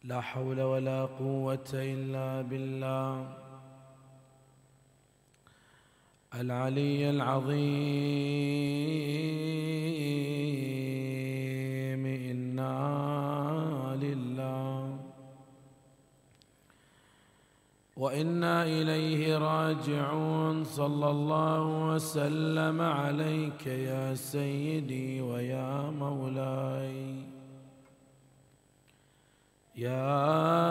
لا حول ولا قوة إلا بالله العلي العظيم. إنا لله وإنا إليه راجعون. صلى الله وسلم عليك يا سيدي ويا مولاي يا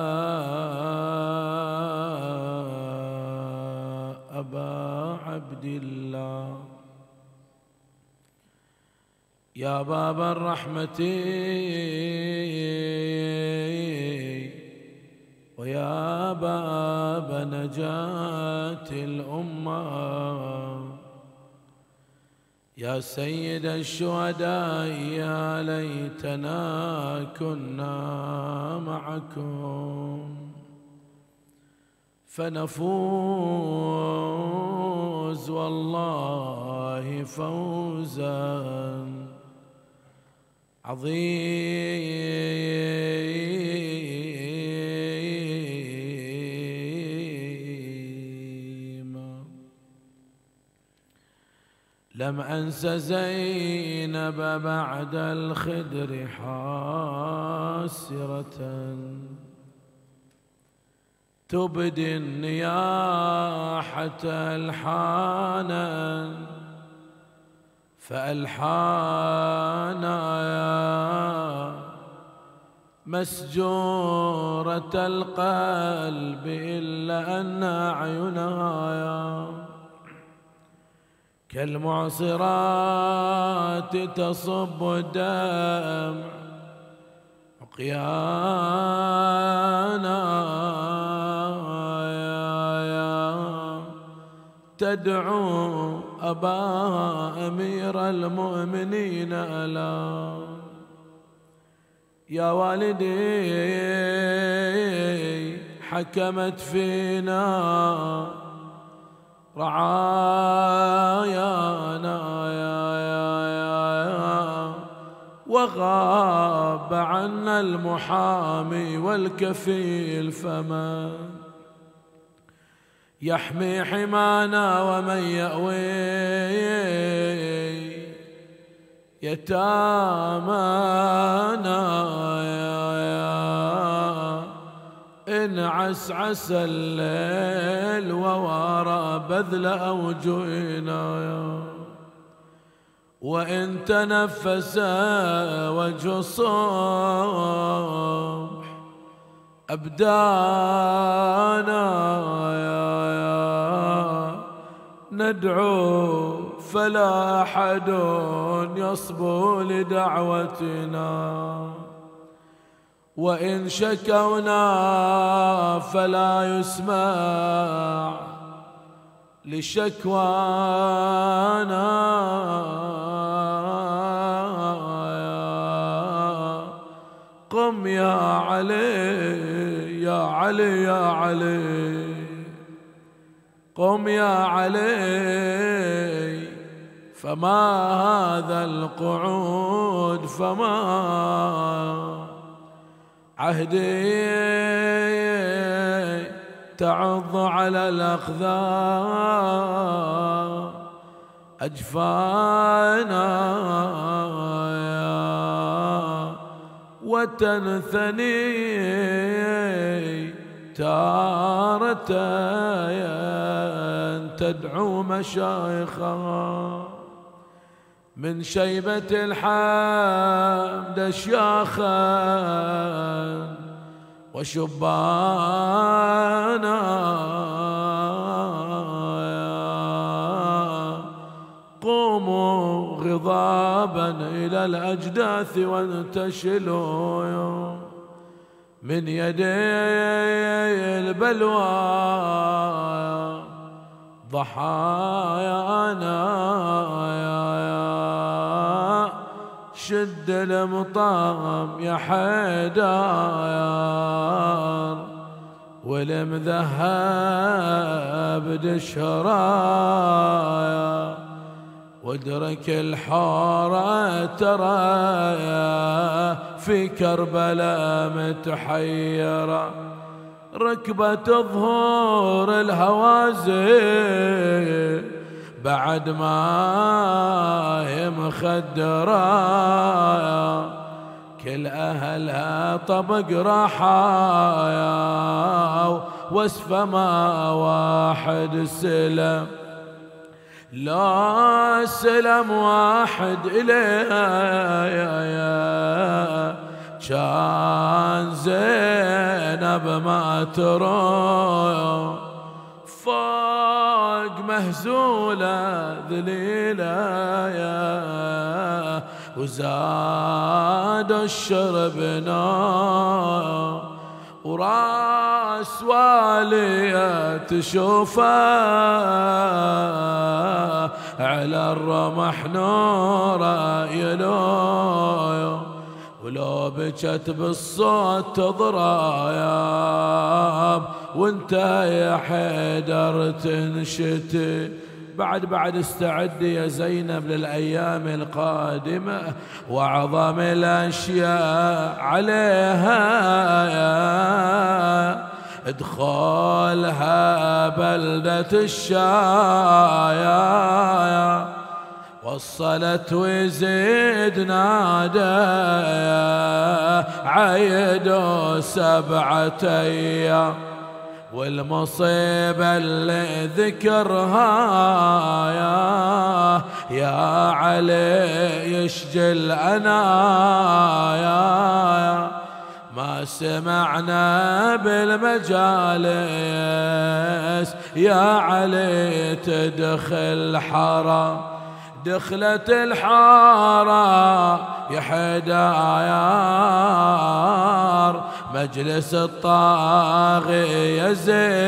أبا عبد الله، يا باب الرحمة ويا باب نجاة الأمة، يا سيد الشهداء يا ليتنا كنا معكم فنفوز والله فوزا عظيما. لم أنس زينب بعد الخدر حاسرة تبدي النياحة ألحانا فألحانا يا مسجورة القلب إلا أن أعينها يا كالمعصرات تصب الدمع عقيانا تدعو أبا أمير المؤمنين ألا يا والدي حكمت فينا رعايانا وغاب عنا المحامي والكفيل، فمن يحمي حمانا ومن يأوي يتامانا إن عسعس الليل ووارى بذل أوجهنا وإن تنفس وجه الصبح أبدانا ندعو فلا أحد يصبو لدعوتنا وإن شكونا فلا يسمع لشكوانا قم يا علي يا علي يا علي قم يا علي فما هذا القعود فما عهدي تعض على الأخذار أجفانا وتنثني تارة تدعو مشايخها من شيبة الحمد أشياخا وشبانا قوموا غضابا إلى الأجداث وانتشلوا من يدي البلوى ضحايانا شد المطام يا حيدار والمذهب دشرايا وادرك الحارة ترى في كربلاء متحيرة، ركبت ظهور الهوازن بعد ما هي مخدرة، كل أهلها طبق راحايا وصف ما واحد سلم، لا سلم واحد إليه كان زينب ما ترى، فوق مهزولة ذليلة وزاد الشرب نار، وراس والية تشوفه على الرمح نوره يلوي، ولو بجت بالصوت تضرب وانت يا حيدر تنشتي. بعد استعدي يا زينب للأيام القادمة وأعظم الأشياء عليها، ادخلها بلدة الشايا، وصلت ويزيد نادى عيدوا 7 أيام، والمصيبة اللي ذكرها يا علي يشجل أنايا، ما سمعنا بالمجالس يا علي تدخل حرام، دخلت الحارة يا حدايار مجلس الطاغي يا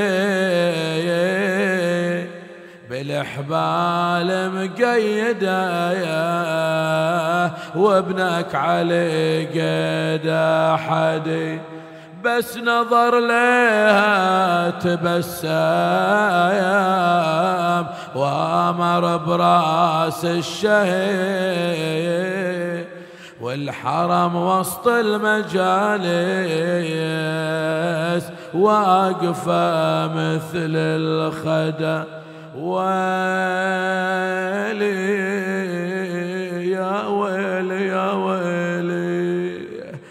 زين، بالحبال مقيدة وابنك علي قد أحدي، بس نظر لها تبسم وامر براس الشهيد، والحرم وسط المجالس واقفة مثل الخدا، ويلي يا ويلي يا ويلي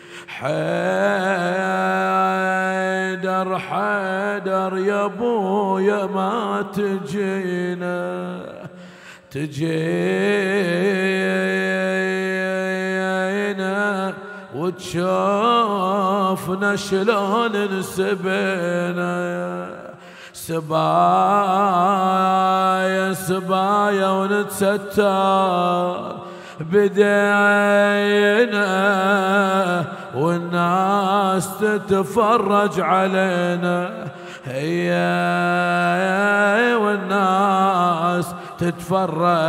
حيدر يا ابويا ما تجينا وتشوفنا شلون انسبينا، سبايا ونتستر بدينا والناس تتفرج علينا، هي والناس تتفرج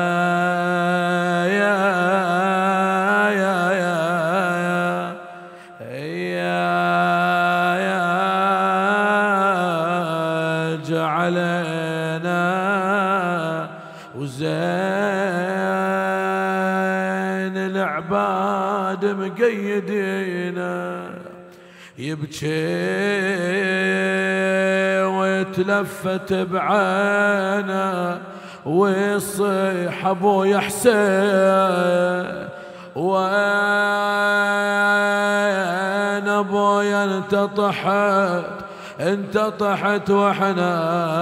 علينا، وزين العباد مقيدينا، يبكي ويتلفت بعينه ويصيح ابويا حسين، وين ابويا انت طحت واحنا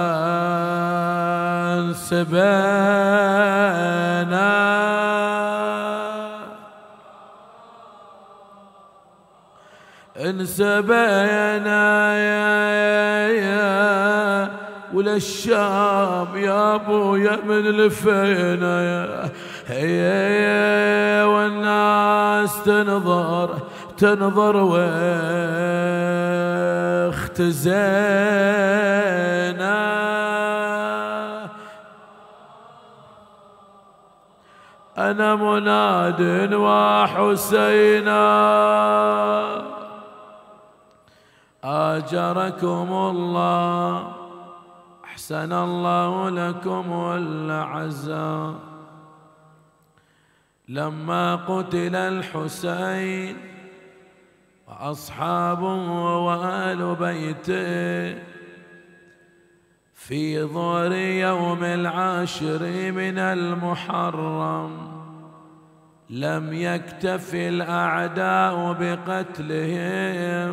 انسبينا، يا وللشام يا ابويا من لفينا، هي والناس تنظر واختزينا، أنا مناد وحسينا آجركم الله، أحسن الله لكم والعزاء. لما قتل الحسين وأصحابه وآل بيته في ظهر يوم 10 من المحرم. لم يكتف الأعداء بقتلهم،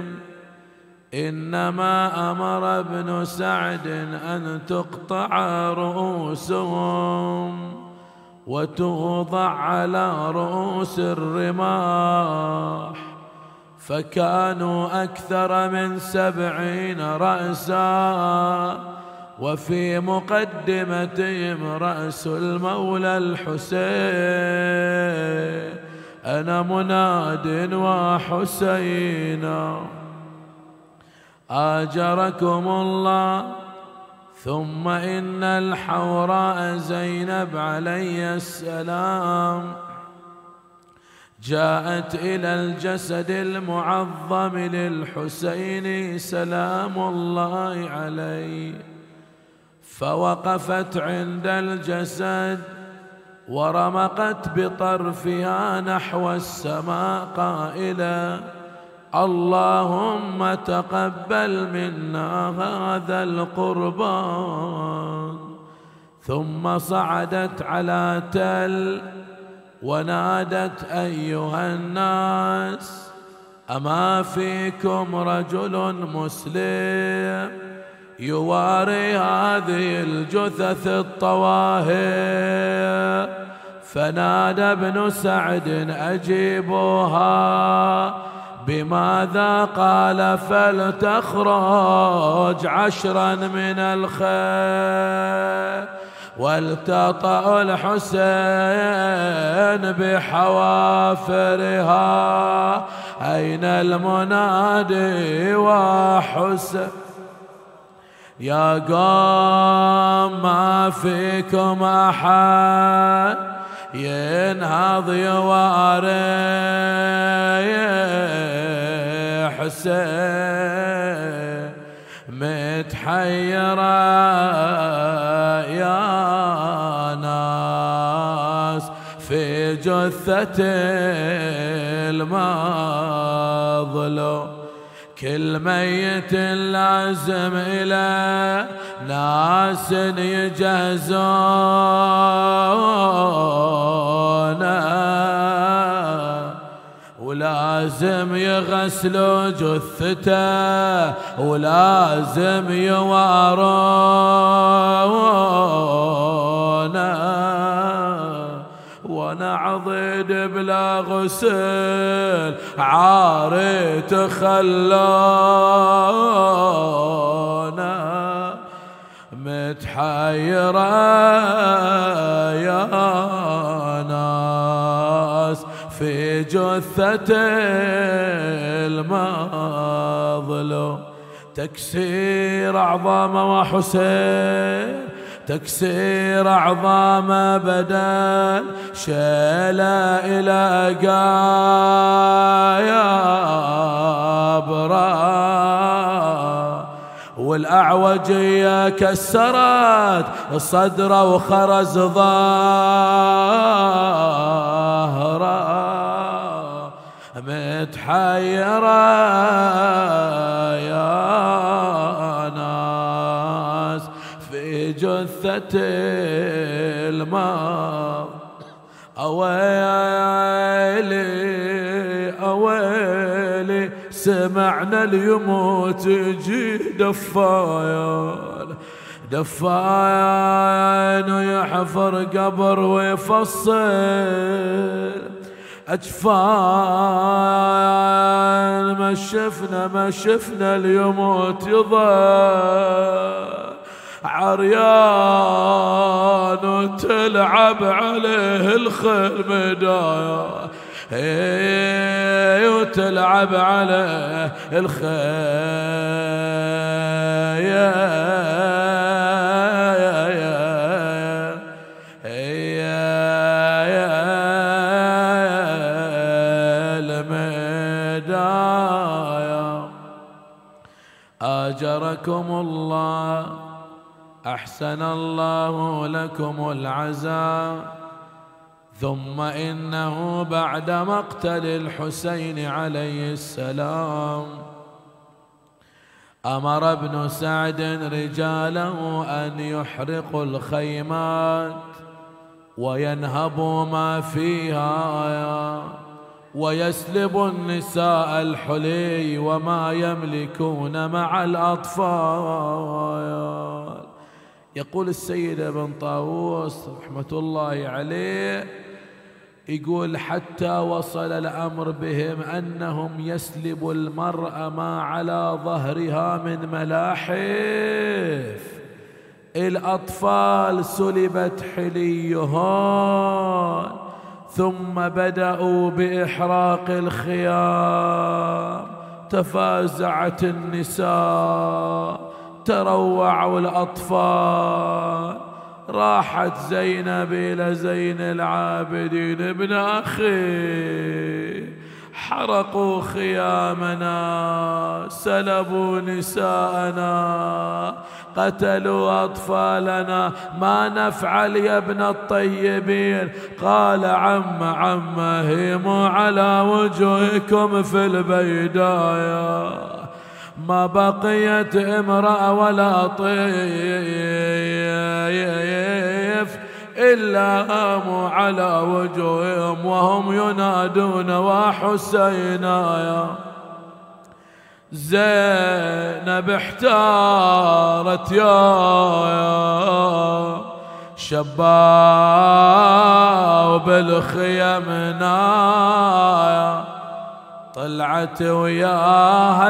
إنما أمر ابن سعد أن تقطع رؤوسهم وتوضع على رؤوس الرماح، فكانوا أكثر من 70 رأسا، وفي مقدمتهم رأس المولى الحسين: أنا مناد وحسينا آجركم الله. ثم إن الحوراء زينب عليه السلام جاءت إلى الجسد المعظم للحسين سلام الله عليه، فوقفت عند الجسد ورمقت بطرفها نحو السماء قائلة: اللهم تقبل منا هذا القربان. ثم صعدت على تل ونادت: أيها الناس، أما فيكم رجل مسلم يواري هذه الجثث الطواهر؟ فنادى ابن سعد: أجيبوها. بماذا؟ قال: فلتخرج 10 من الخيل والتطأ الحسين بحوافرها. أين المنادي وحسين؟ يا قوم، ما فيكم أحد ينهض يواري حسين؟ متحيرة يا ناس في جثة المظلوم. كل ميت لازم إلى ناس يجهزونه، ولازم يغسلوا جثته، ولازم يوارونه. وانا عضيد بلا غسل عاري تخلونا. متحيرة يا ناس في جثة المظلوم. تكسير أعظام وحسين، تكسير أعظام بدن، شيلة إلى قابرة. والأعوجية كسرت صدره وخرز ظهره. متحيرة يا ناس في جثة الماء. أويلي أويلي، سمعنا اليموت يجي دفاين دفاين، ويحفر قبر ويفصل أجفان. ما شفنا اليموت يضل عريان، وتلعب عليه الخيل مدايا، وتلعب عليه المدايا. آجركم الله، أحسن الله لكم العزاء. ثم إنه بعد مقتل الحسين عليه السلام أمر ابن سعد رجاله أن يحرقوا الخيمات وينهبوا ما فيها ويسلبوا النساء الحلي وما يملكون مع الأطفال. يقول السيد ابن طاووس رحمة الله عليه، يقول حتى وصل الأمر بهم أنهم يسلبوا المرأة ما على ظهرها من ملاحف، الأطفال سلبت حليهم، ثم بدأوا بإحراق الخيام، تفازعت النساء، تروعوا الأطفال. راحت زينب إلى زين العابدين ابن أخي، حرقوا خيامنا، سلبوا نساءنا، قتلوا أطفالنا، ما نفعل يا ابن الطيبين؟ قال عم هيموا على وجوهكم في البيدايا، ما بقيت امرأة ولا طيف إلا قاموا على وجوههم وهم ينادون وحسينايا. زينب احتارت يا شباب الخيمنا، طلعت وياها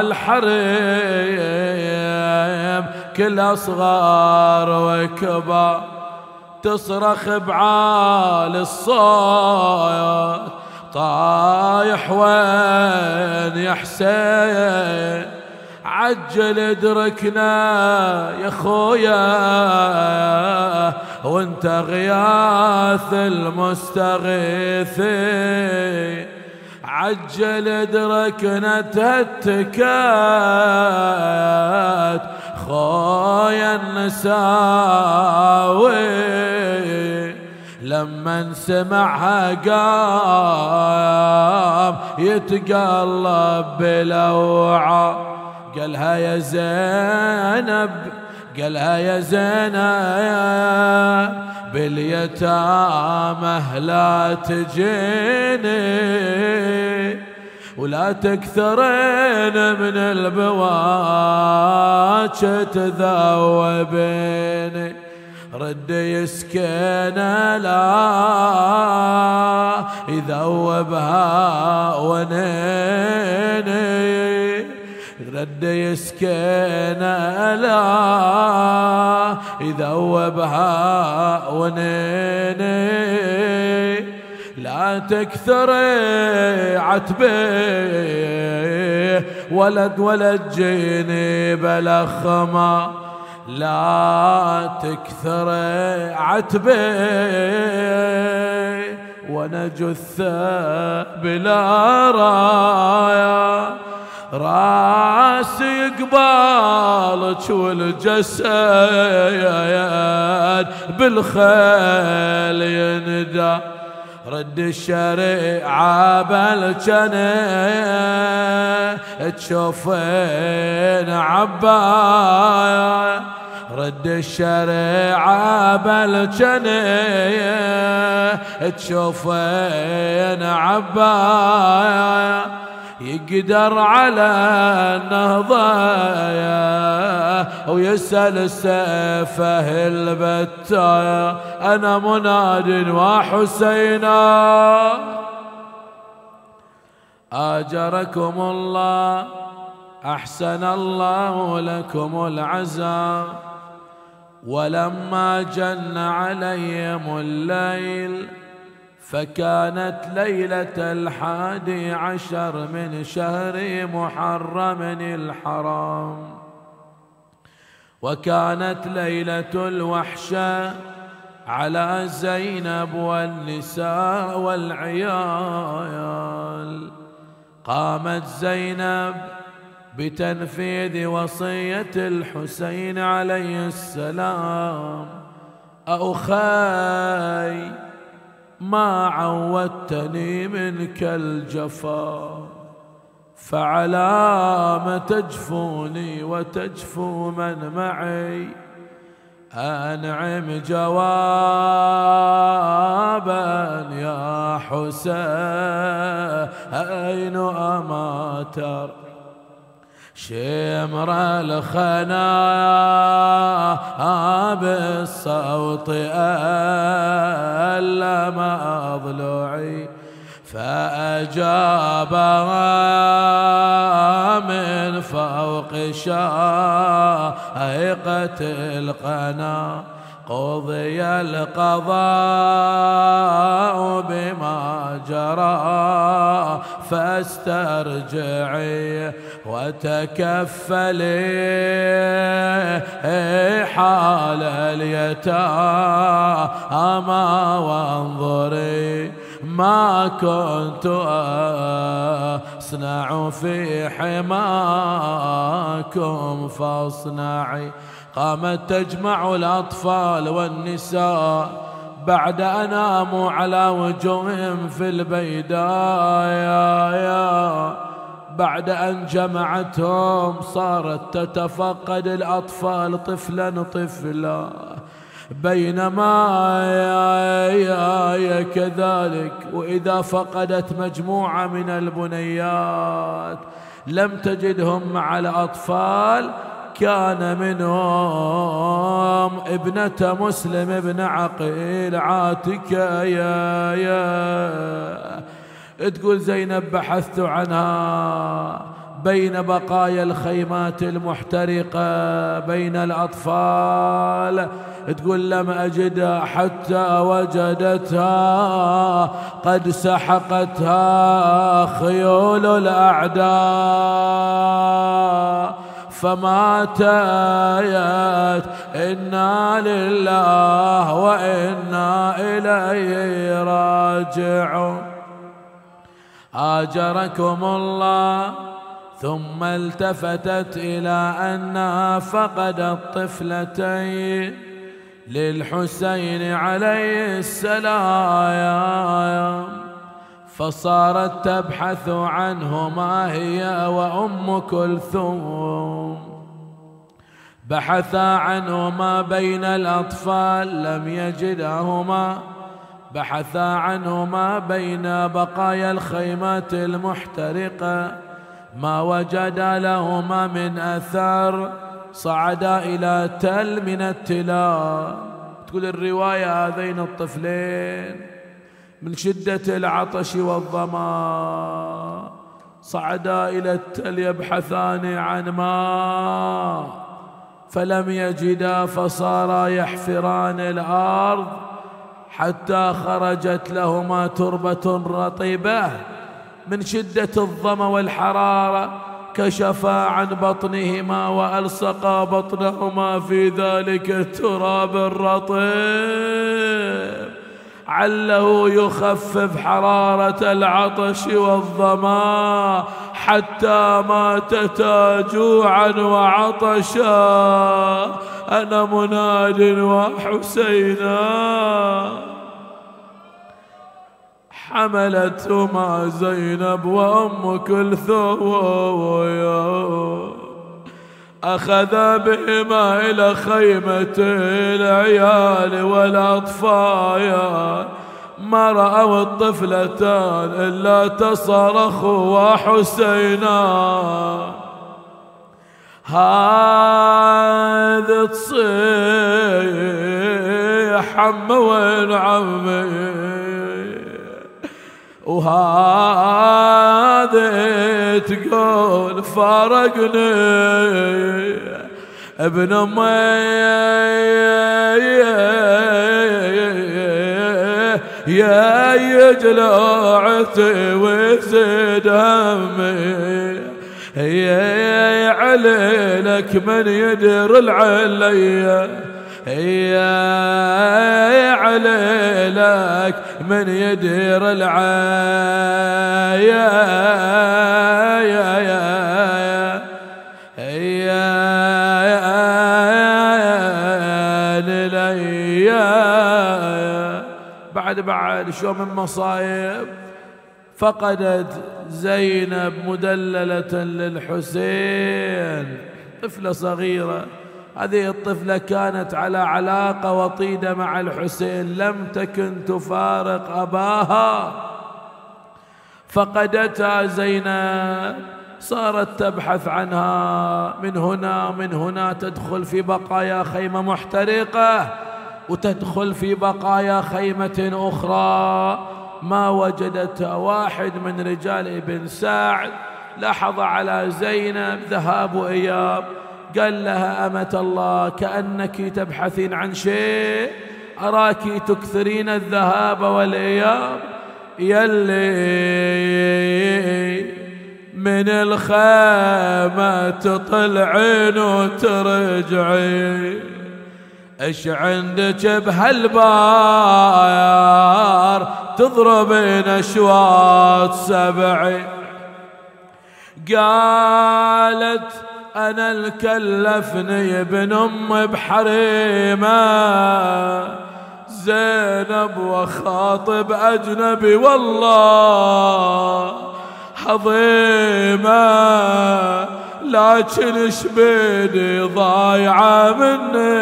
الحريم كل أصغار وكبار، تصرخ بعالي الصوت طايح وين يا حسين، عجل ادركنا يا خويا وانت غياث المستغيثين، عجل ادركنا تهتكات خويا النساوي. لما سمعها قام يتقلب بلوعة، قالها يا زينب، قالها يا زينب باليتامى لا تجيني ولا تكثرين من البواج تذوبيني، رد يسكن لا يذوبها ونيني، رد يسكن لا يذوبها ونيني، لا تكثري عتبي ولد جيني بلخمة، لا تكثري عتبي وانا جثة بلا راية، راسي قبالك والجسد بالخيل يندى، رد الشريعة بالجنة تشوفين عباية، رد الشريعة بالجنة تشوفين عباية، يقدر على النهضايا ويسأل سيفه البتايا، أنا مناد وحسينا آجركم الله، أحسن الله لكم العزاء. ولما جن عليهم الليل فكانت ليلة 11 من شهر محرم الحرام، وكانت ليلة الوحشة على زينب والنساء والعيال. قامت زينب بتنفيذ وصية الحسين عليه السلام، أخي ما عودتني منك الجفا، فعلام تجفوني وتجفو من معي. أنعم جوابا يا حسين أما ترى شمر الخنا بالصوت ألم أضلعي، فأجابها من فوق شاهقة القنا، قضي القضاء بما جرى فاسترجعي وتكفلي حال اليتامى وانظري ما كنت أصنع في حماكم فاصنعي. قامت تجمع الأطفال والنساء بعد أن ناموا على وجوههم في البيداء. بعد أن جمعتهم صارت تتفقد الأطفال طفلا طفلا، بينما يا كذلك وإذا فقدت مجموعة من البنيات لم تجدهم مع الأطفال، كان منهم ابنة مسلم بن عقيل عاتكة تقول زينب بحثت عنها بين بقايا الخيمات المحترقة بين الأطفال، تقول لم أجدها حتى وجدتها قد سحقتها خيول الأعداء فماتت. إنا لله وإنا إليه راجعون. آجركم الله. ثم التفتت إلى أنها فقدت طفلتين للحسين عليه السلام، فصارت تبحث عنهما هي وأم كلثوم. بحثا عنهما بين الأطفال لم يجدهما، بحثا عنهما بين بقايا الخيمات المحترقة ما وجد لهما من أثر. صعدا إلى تل من التلال. تقول الرواية هذين الطفلين من شدة العطش والظما صعدا إلى التل يبحثان عن ماء فلم يجدا، فصارا يحفران الأرض حتى خرجت لهما تربة رطبة. من شدة الظما والحرارة كشفا عن بطنهما وألصقا بطنهما في ذلك التراب الرطب عله يخفف حرارة العطش والظما، حتى ماتتا جوعا وعطشا. أنا مناد وحسينا. حملتهما زينب وأم كلثوم، أخذا بهما إلى خيمة العيال والأطفال. ما رأوا الطفلتان إلا تصرخوا وحسينا. هذا تصيح عمي وين عمي، وهذا تقول فارقني ابن امي يا يجلعتي ويزيد همي، يا عليلك من يدير العلية، يا عليلك من يدير العيا، بعد بعد شو من مصايب. فقدت زينب مدللة للحسين، طفلة صغيرة، هذه الطفلة كانت على علاقة وطيدة مع الحسين، لم تكن تفارق أباها. فقدتها زينب، صارت تبحث عنها، من هنا تدخل في بقايا خيمة محترقة، وتدخل في بقايا خيمة أخرى ما وجدتها. واحد من رجال ابن سعد لاحظ على زينب ذهاب وإياب، قال لها: أمة الله، كأنك تبحثين عن شيء، أراك تكثرين الذهاب والإياب، يلي من الخيمة تطلعين وترجعين، ايش عندك بهالبار تضربين اشواط سبعي؟ قالت: انا الكلفني ابن ام بحريمه زينب وخاطب اجنبي والله عظيمه، لكن شبيدي ضايعه مني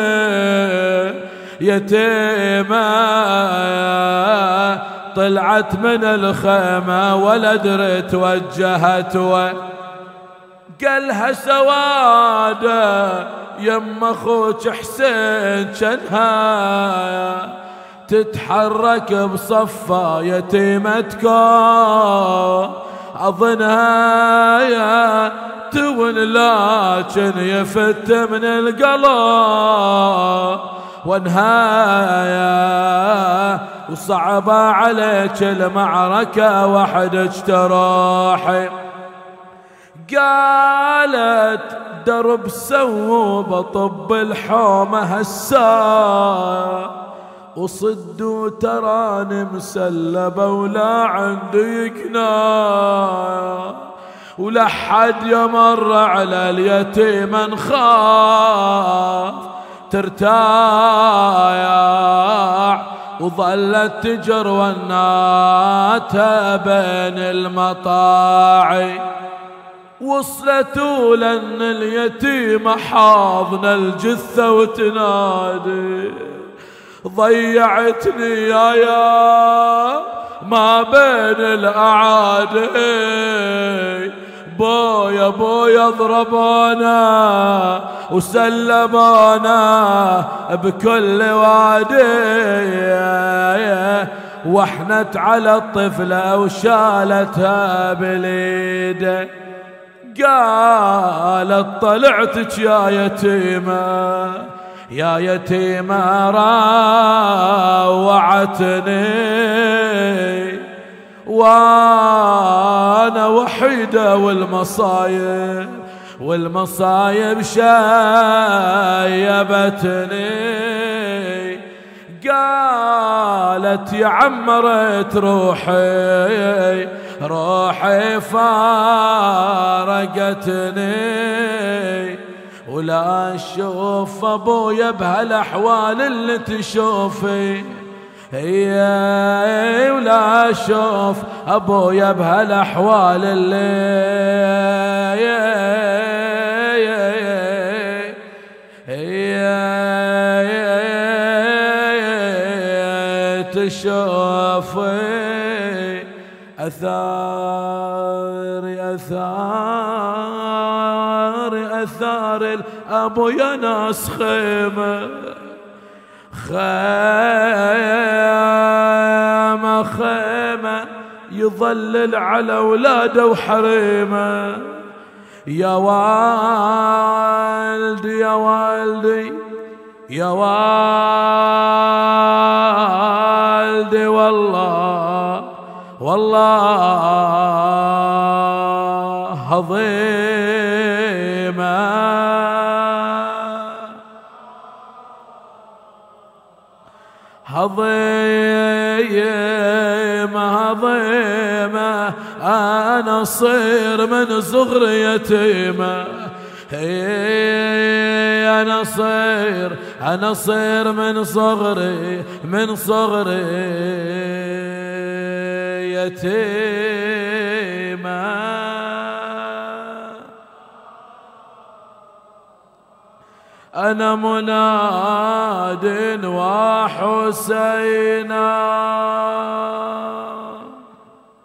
يتيمه، طلعت من الخيمه ولا درت وجهت قالها: سواده يم اخوك حسين جنها تتحرك بصفه يتيمتكم، اظنها يا تون لكن يفت من القلب ونهاية، وصعبة عليك المعركة وحدك تروحي. قالت: درب سووا طب الحومة هسا، وصدوا تراني مسلبة ولا عندي قناع، ولا حد يمر على اليتيم نخاف ترتاع، وظلت تجر وناتها بين المطاعي، وصلت لأن اليتيم حاضن الجثة وتنادي: ضيعتني يا ما بين الأعادي، بويا بويا ضربونا وسلمونا بكل وادي، واحنت على الطفلة وشالتها باليد. قالت: طلعتك يا يتيمة يا يتيمة راوعتني، وانا وحيدة والمصايب شايبتني. قالت: يا عمرت روحي فارقتني، ولا اشوف ابويا بهالاحوال اللي تشوفي، هي ولا اشوف ابويا بهالاحوال اللي تشوفي. أثار الأبو يا ناس خيمة يظلل على أولاده وحريمه. يا والدي يا والدي يا والدي، والله عظيمة، أنا صير من صغري يتيمة، أنا صير أنا صير من صغري يتيما، أنا مناد وحسينا